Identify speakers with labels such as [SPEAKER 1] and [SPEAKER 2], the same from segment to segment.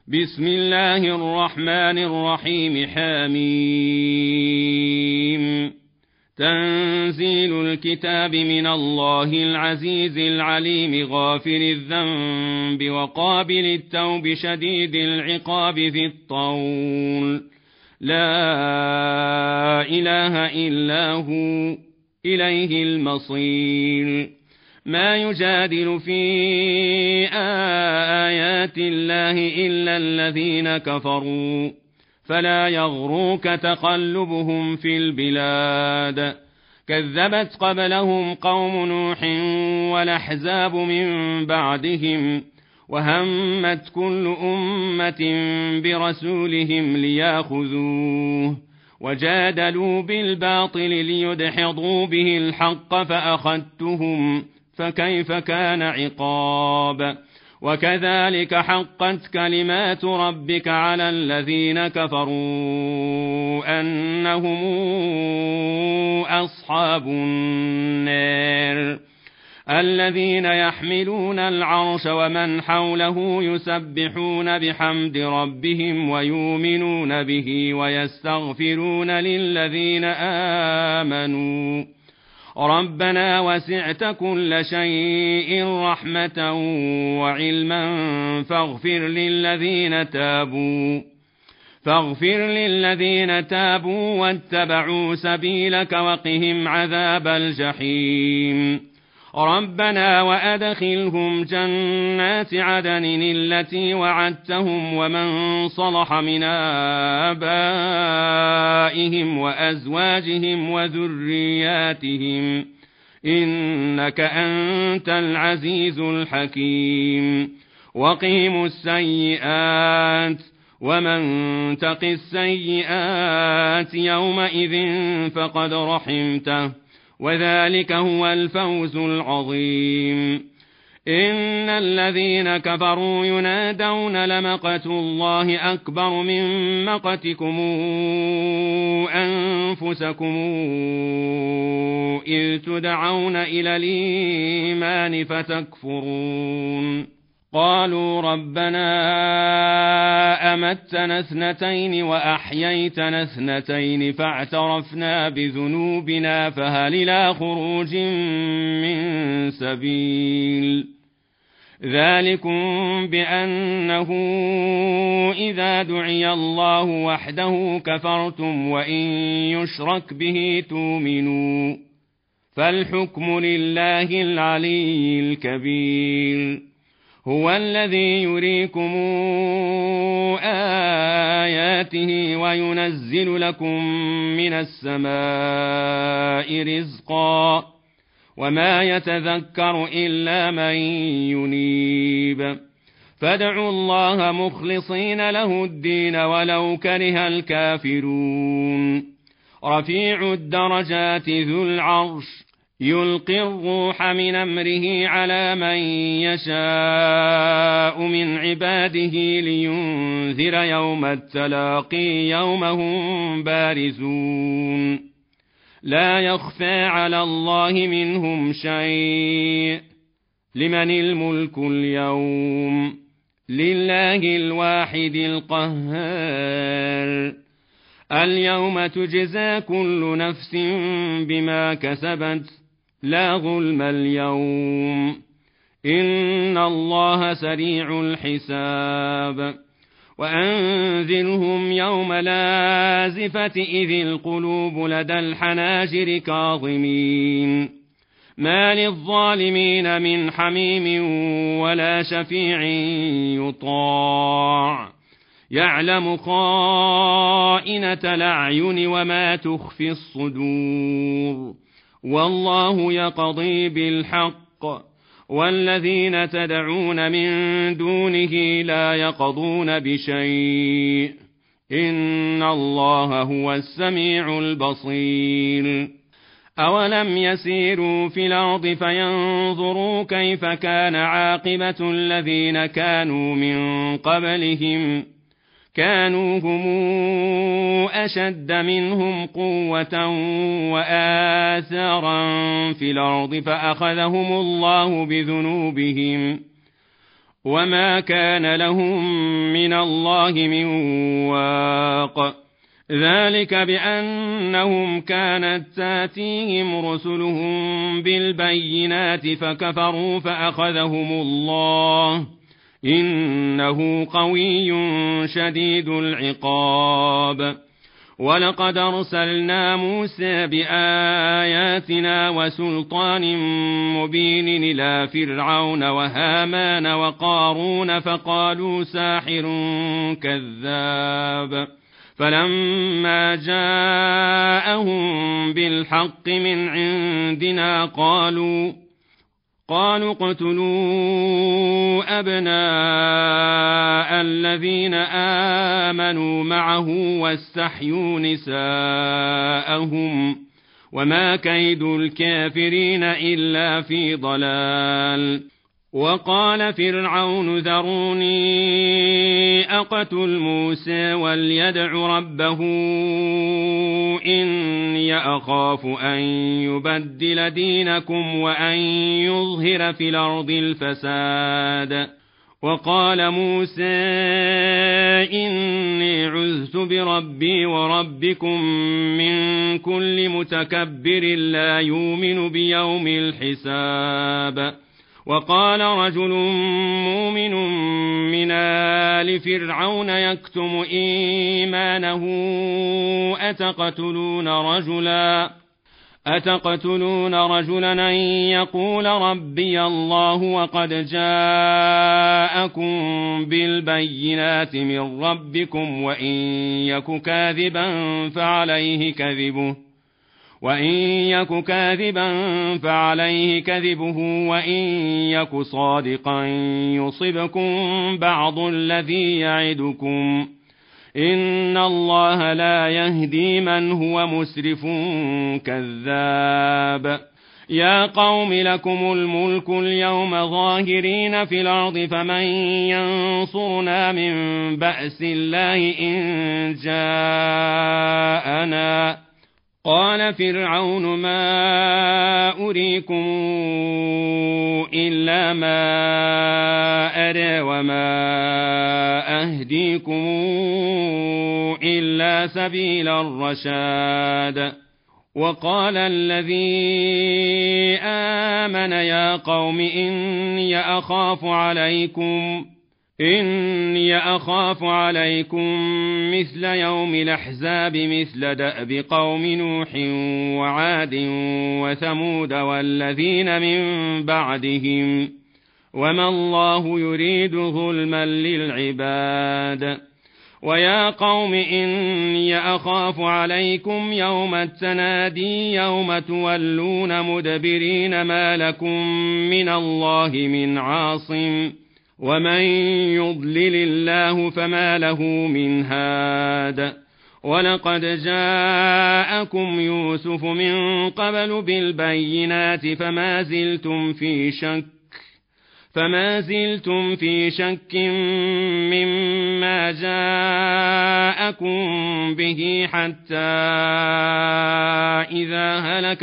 [SPEAKER 1] بسم الله الرحمن الرحيم. حميم. تنزيل الكتاب من الله العزيز العليم غافر الذنب وقابل التوب شديد العقاب ذي الطول لا إله إلا هو إليه المصير. ما يجادل في آيات الله إلا الذين كفروا فلا يغروك تقلبهم في البلاد. كذبت قبلهم قوم نوح والأحزاب من بعدهم وهمت كل أمة برسولهم ليأخذوه وجادلوا بالباطل ليدحضوا به الحق فأخذتهم فكيف كان عقاب. وكذلك حقت كلمات ربك على الذين كفروا أنهم أصحاب النار الذين يحملون العرش ومن حوله يسبحون بحمد ربهم ويؤمنون به ويستغفرون للذين آمنوا ربنا وسعت كل شيء رحمة وعلما فاغفر للذين تابوا واتبعوا سبيلك وقهم عذاب الجحيم. ربنا وأدخلهم جنات عدن التي وعدتهم ومن صلح من آبائهم وأزواجهم وذرياتهم إنك أنت العزيز الحكيم. وقهم السيئات ومن تق السيئات يومئذ فقد رحمته وذلك هو الفوز العظيم. إن الذين كفروا ينادون لمقت الله أكبر من مقتكم أنفسكم إذ تدعون إلى الإيمان فتكفرون. قالوا ربنا أمتنا اثنتين وأحييتنا اثنتين فاعترفنا بذنوبنا فهل إلى خروج من سبيل. ذلكم بأنه إذا دعي الله وحده كفرتم وإن يشرك به تؤمنوا فالحكم لله العلي الكبير. هو الذي يريكم آياته وينزل لكم من السماء رزقا وما يتذكر إلا من ينيب. فادعوا الله مخلصين له الدين ولو كره الكافرون. رفيع الدرجات ذو العرش يلقي الروح من أمره على من يشاء من عباده لينذر يوم التلاقي يوم هم بارزون لا يخفى على الله منهم شيء. لمن الملك اليوم لله الواحد القهار. اليوم تجزى كل نفس بما كسبت لا ظلم اليوم إن الله سريع الحساب. وأنذرهم يوم لازفة إذ القلوب لدى الحناجر كاظمين ما للظالمين من حميم ولا شفيع يطاع يعلم خائنة الأعين وما تخفي الصدور والله يقضي بالحق والذين تدعون من دونه لا يقضون بشيء إن الله هو السميع البصير. أولم يسيروا في الأرض فينظروا كيف كان عاقبة الذين كانوا من قبلهم كانوا هم أشد منهم قوة وآثارا في الأرض فأخذهم الله بذنوبهم وما كان لهم من الله من واق ذلك بأنهم كانت تاتيهم رسلهم بالبينات فكفروا فأخذهم الله إنه قوي شديد العقاب ولقد أرسلنا موسى بآياتنا وسلطان مبين إلى فرعون وهامان وقارون فقالوا ساحر كذاب فلما جاءهم بالحق من عندنا قالوا اقتلوا أبناء الذين آمنوا معه واستحيوا نساءهم وما كيد الكافرين إلا في ضلال وقال فرعون ذروني أقتل موسى وليدع ربه إني أخاف أن يبدل دينكم وأن يظهر في الأرض الفساد وقال موسى إني عذت بربي وربكم من كل متكبر لا يؤمن بيوم الحساب وقال رجل مؤمن من آل فرعون يكتم إيمانه أتقتلون رجلا أن يقول ربي الله وقد جاءكم بالبينات من ربكم وإن يك كاذبا فعليه كذبه وإن يك صادقا يصبكم بعض الذي يعدكم إن الله لا يهدي من هو مسرف كذاب يا قوم لكم الملك اليوم ظاهرين في الأرض فمن ينصرنا من بأس الله إن جاءنا قال فرعون ما أريكم إلا ما أرى وما أهديكم إلا سبيل الرشاد وقال الذي آمن يا قوم إني أخاف عليكم مثل يوم الأحزاب مثل دأب قوم نوح وعاد وثمود والذين من بعدهم وما الله يريد ظلما للعباد ويا قوم إني أخاف عليكم يوم التنادي يوم تولون مدبرين ما لكم من الله من عاصم ومن يضلل الله فما له من هاد ولقد جاءكم يوسف من قبل بالبينات فما زلتم في شك مما جاءكم به حتى إذا هلك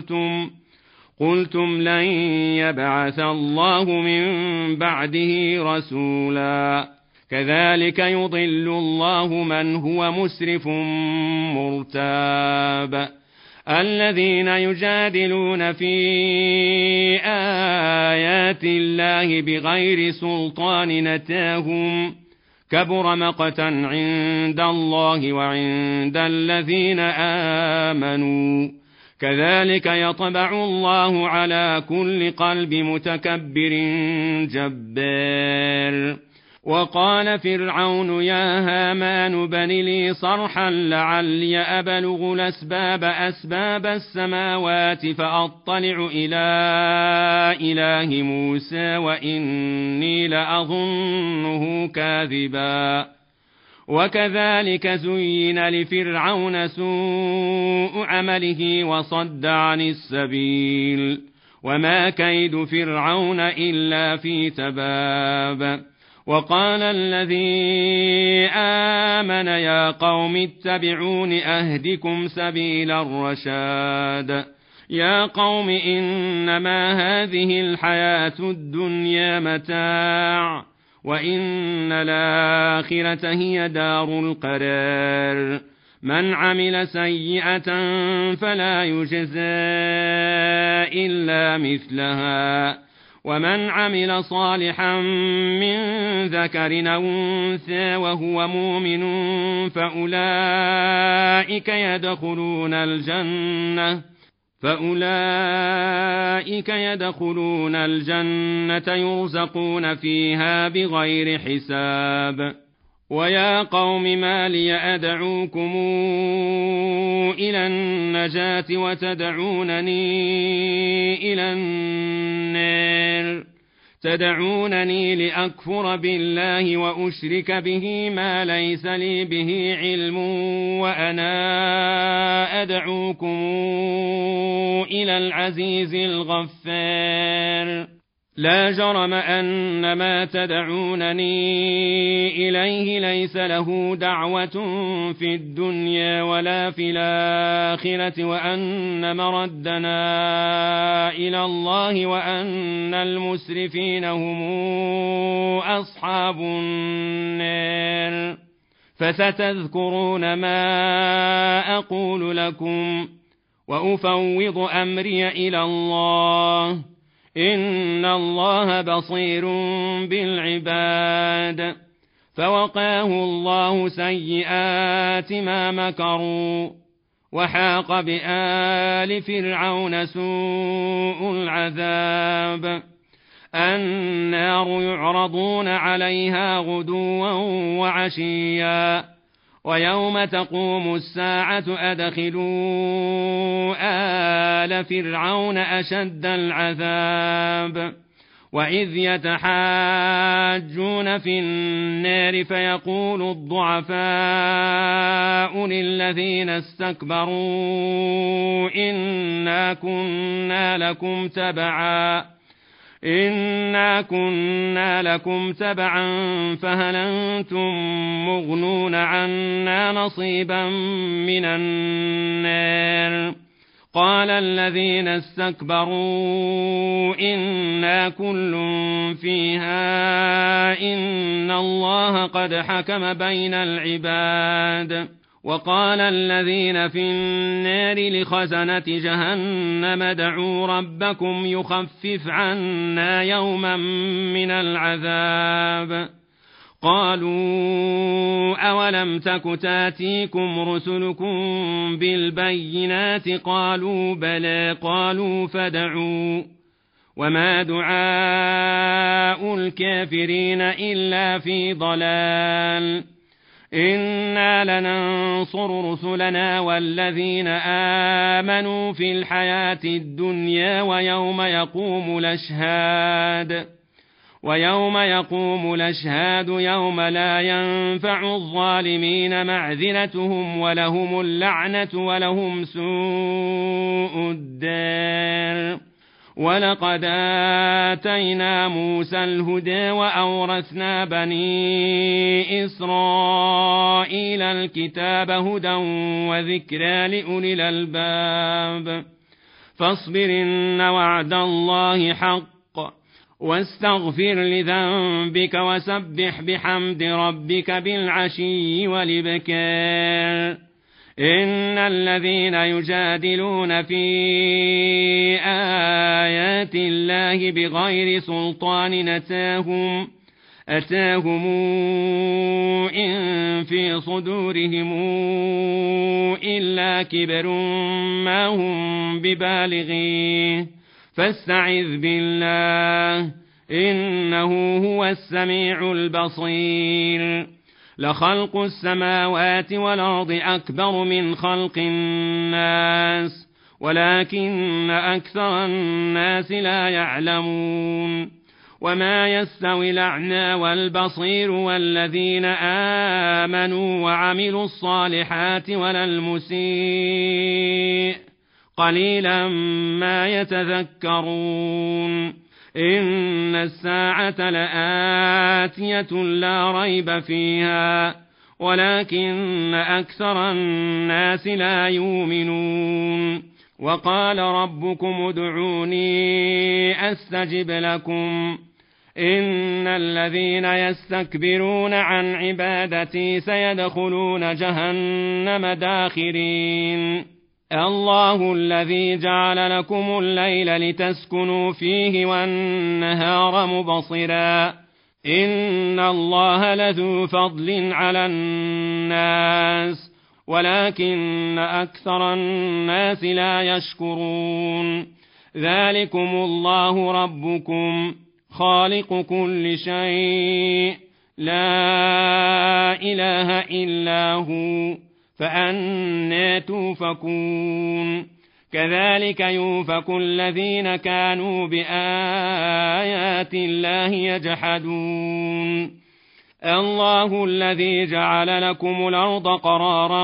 [SPEAKER 1] قلتم لن يبعث الله من بعده رسولا كذلك يضل الله من هو مسرف مرتاب الذين يجادلون في آيات الله بغير سلطان نتاهم كبر مقتا عند الله وعند الذين آمنوا كذلك يطبع الله على كل قلب متكبر جبار وقال فرعون يا هامان بن لي صرحا لعلي أبلغ أسباب السماوات فأطلع إلى إله موسى وإني لأظنه كاذبا وكذلك زين لفرعون سوء عمله وصد عن السبيل وما كيد فرعون إلا في تباب وقال الذي آمن يا قوم اتبعون أهدكم سبيل الرشاد يا قوم إنما هذه الحياة الدنيا متاع وإن الآخرة هي دار القرار من عمل سيئة فلا يجزى إلا مثلها ومن عمل صالحا من ذكر أو أنثى وهو مؤمن فأولئك يدخلون الجنة يرزقون فيها بغير حساب ويا قوم ما لي أدعوكم إلى النجاة وتدعونني إلى النار تدعونني لأكفر بالله وأشرك به ما ليس لي به علم وأنا أدعوكم إلى العزيز الغفار لا جرم أن ما تدعونني إليه ليس له دعوة في الدنيا ولا في الآخرة وأن مردنا إلى الله وأن المسرفين هم أصحاب النار فستذكرون ما أقول لكم وأفوض أمري إلى الله إن الله بصير بالعباد فوقاه الله سيئات ما مكروا وحاق بآل فرعون سوء العذاب النار يعرضون عليها غدوا وعشيا ويوم تقوم الساعة أدخلوا آل فرعون أشد العذاب وإذ يتحاجون في النار فيقول الضعفاء للذين استكبروا إنا كنا لكم تبعا فهل أنتم مغنون عنا نصيبا من النار قال الذين استكبروا إنا كل فيها إن الله قد حكم بين العباد وقال الذين في النار لخزنة جهنم ادعوا ربكم يخفف عنا يوما من العذاب قالوا أولم تك تاتيكم رسلكم بالبينات قالوا بلى قالوا فادعوا وما دعاء الكافرين إلا في ضلال إنا لننصر رسلنا والذين آمنوا في الحياة الدنيا ويوم يقوم الأشهاد يوم لا ينفع الظالمين معذرتهم ولهم اللعنة ولهم سوء الدار ولقد آتينا موسى الهدى وأورثنا بني إسرائيل الكتاب هدى وذكرى لأولي الألباب فاصبر إن وعد الله حق واستغفر لذنبك وسبح بحمد ربك بالعشي والإبكار إن الذين يجادلون في آيات الله بغير سلطان أتاهم إن في صدورهم إلا كبر ما هم ببالغيه فاستعذ بالله إنه هو السميع البصير لخلق السماوات والأرض أكبر من خلق الناس ولكن أكثر الناس لا يعلمون وما يستوي الأعمى والبصير والذين آمنوا وعملوا الصالحات ولا المسيء قليلا ما يتذكرون إن الساعة لآتية لا ريب فيها ولكن أكثر الناس لا يؤمنون وقال ربكم ادعوني أستجب لكم إن الذين يستكبرون عن عبادتي سيدخلون جهنم داخرين الله الذي جعل لكم الليل لتسكنوا فيه والنهار مبصرا إن الله لذو فضل على الناس ولكن أكثر الناس لا يشكرون ذلكم الله ربكم خالق كل شيء لا إله إلا هو فأنى توفكون كذلك يوفك الذين كانوا بآيات الله يجحدون الله الذي جعل لكم الأرض قرارا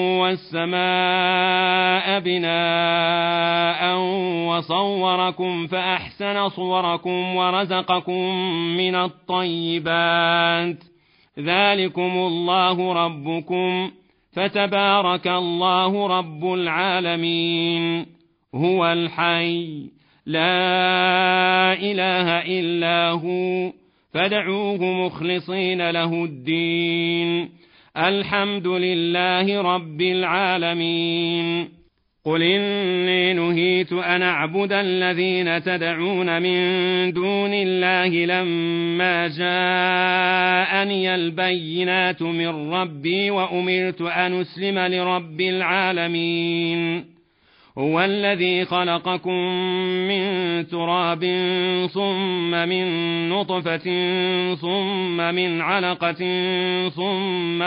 [SPEAKER 1] والسماء بناء وصوركم فأحسن صوركم ورزقكم من الطيبات ذلكم الله ربكم فتبارك الله رب العالمين هو الحي لا إله إلا هو فادعوه مخلصين له الدين الحمد لله رب العالمين قل إني نهيت أن أعبد الذين تدعون من دون الله لما جاءني البينات من ربي وأمرت أن أسلم لرب العالمين هو الذي خلقكم من تراب ثم من نطفة ثم من علقة ثم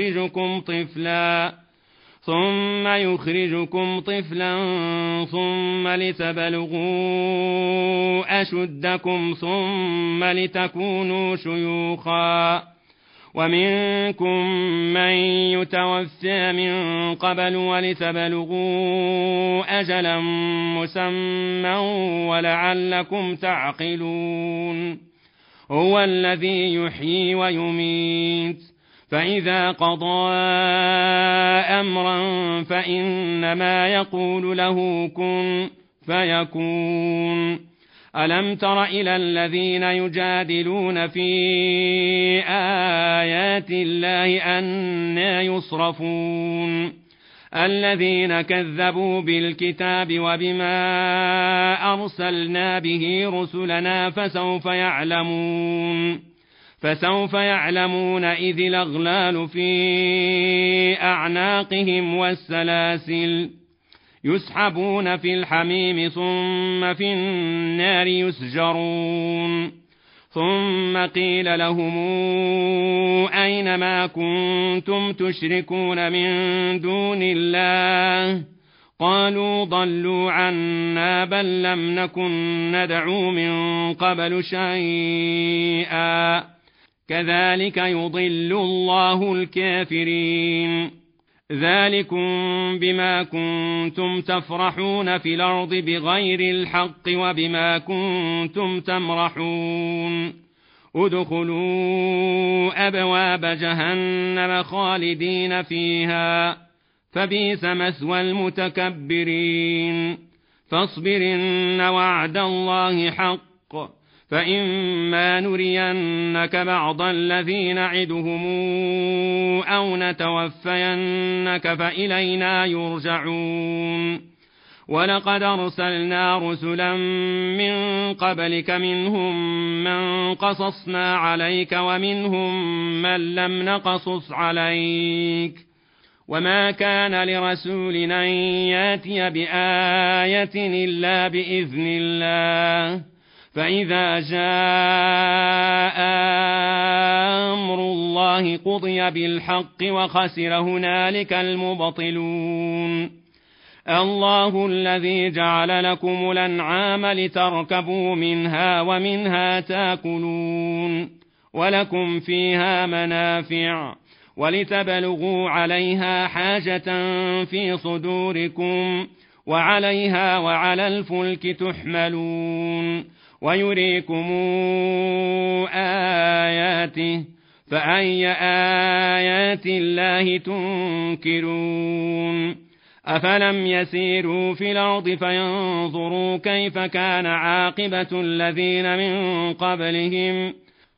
[SPEAKER 1] يخرجكم طفلا ثم لتبلغوا أشدكم ثم لتكونوا شيوخا ومنكم من يتوفى من قبل ولتبلغوا أجلا مسمى ولعلكم تعقلون هو الذي يحيي ويميت فإذا قضى أمرا فإنما يقول له كن فيكون ألم تر إلى الذين يجادلون في آيات الله أنى يصرفون الذين كذبوا بالكتاب وبما أرسلنا به رسلنا فسوف يعلمون إذ الأغلال في أعناقهم والسلاسل يسحبون في الحميم ثم في النار يسجرون ثم قيل لهم أين ما كنتم تشركون من دون الله قالوا ضلوا عنا بل لم نكن ندعو من قبل شيئا كذلك يضل الله الكافرين ذلكم بما كنتم تفرحون في الأرض بغير الحق وبما كنتم تمرحون ادخلوا أبواب جهنم خالدين فيها فبئس مثوى المتكبرين فاصبر إن وعد الله حق فإما نرينك بعض الذي نعدهم أو نتوفينك فإلينا يرجعون ولقد أرسلنا رسلا من قبلك منهم من قصصنا عليك ومنهم من لم نقصص عليك وما كان لرسول أن ياتي بآية إلا بإذن الله فإذا جاء أمر الله قضي بالحق وخسر هنالك المبطلون الله الذي جعل لكم الأنعام لتركبوا منها ومنها تاكلون ولكم فيها منافع ولتبلغوا عليها حاجة في صدوركم وعليها وعلى الفلك تحملون ويريكم آياته فأي آيات الله تنكرون أفلم يسيروا في الأرض فينظروا كيف كان عاقبة الذين من قبلهم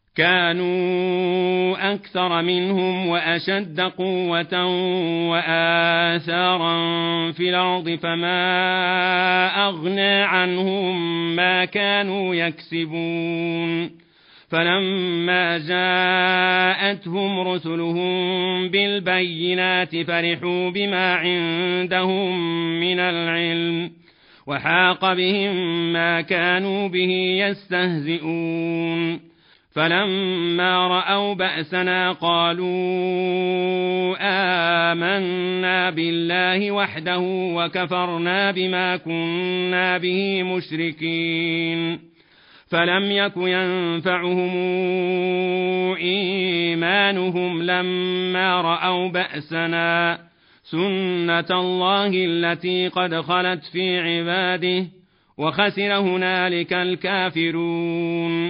[SPEAKER 1] كانوا أكثر منهم وأشد قوة وآثارا في الأرض فما أغنى عنهم ما كانوا يكسبون فلما جاءتهم رسلهم بالبينات فرحوا بما عندهم من العلم وحاق بهم ما كانوا به يستهزئون فلما رأوا بأسنا قالوا آمنا بالله وحده وكفرنا بما كنا به مشركين فلم يك ينفعهم إيمانهم لما رأوا بأسنا سنة الله التي قد خلت في عباده وخسر هنالك الكافرون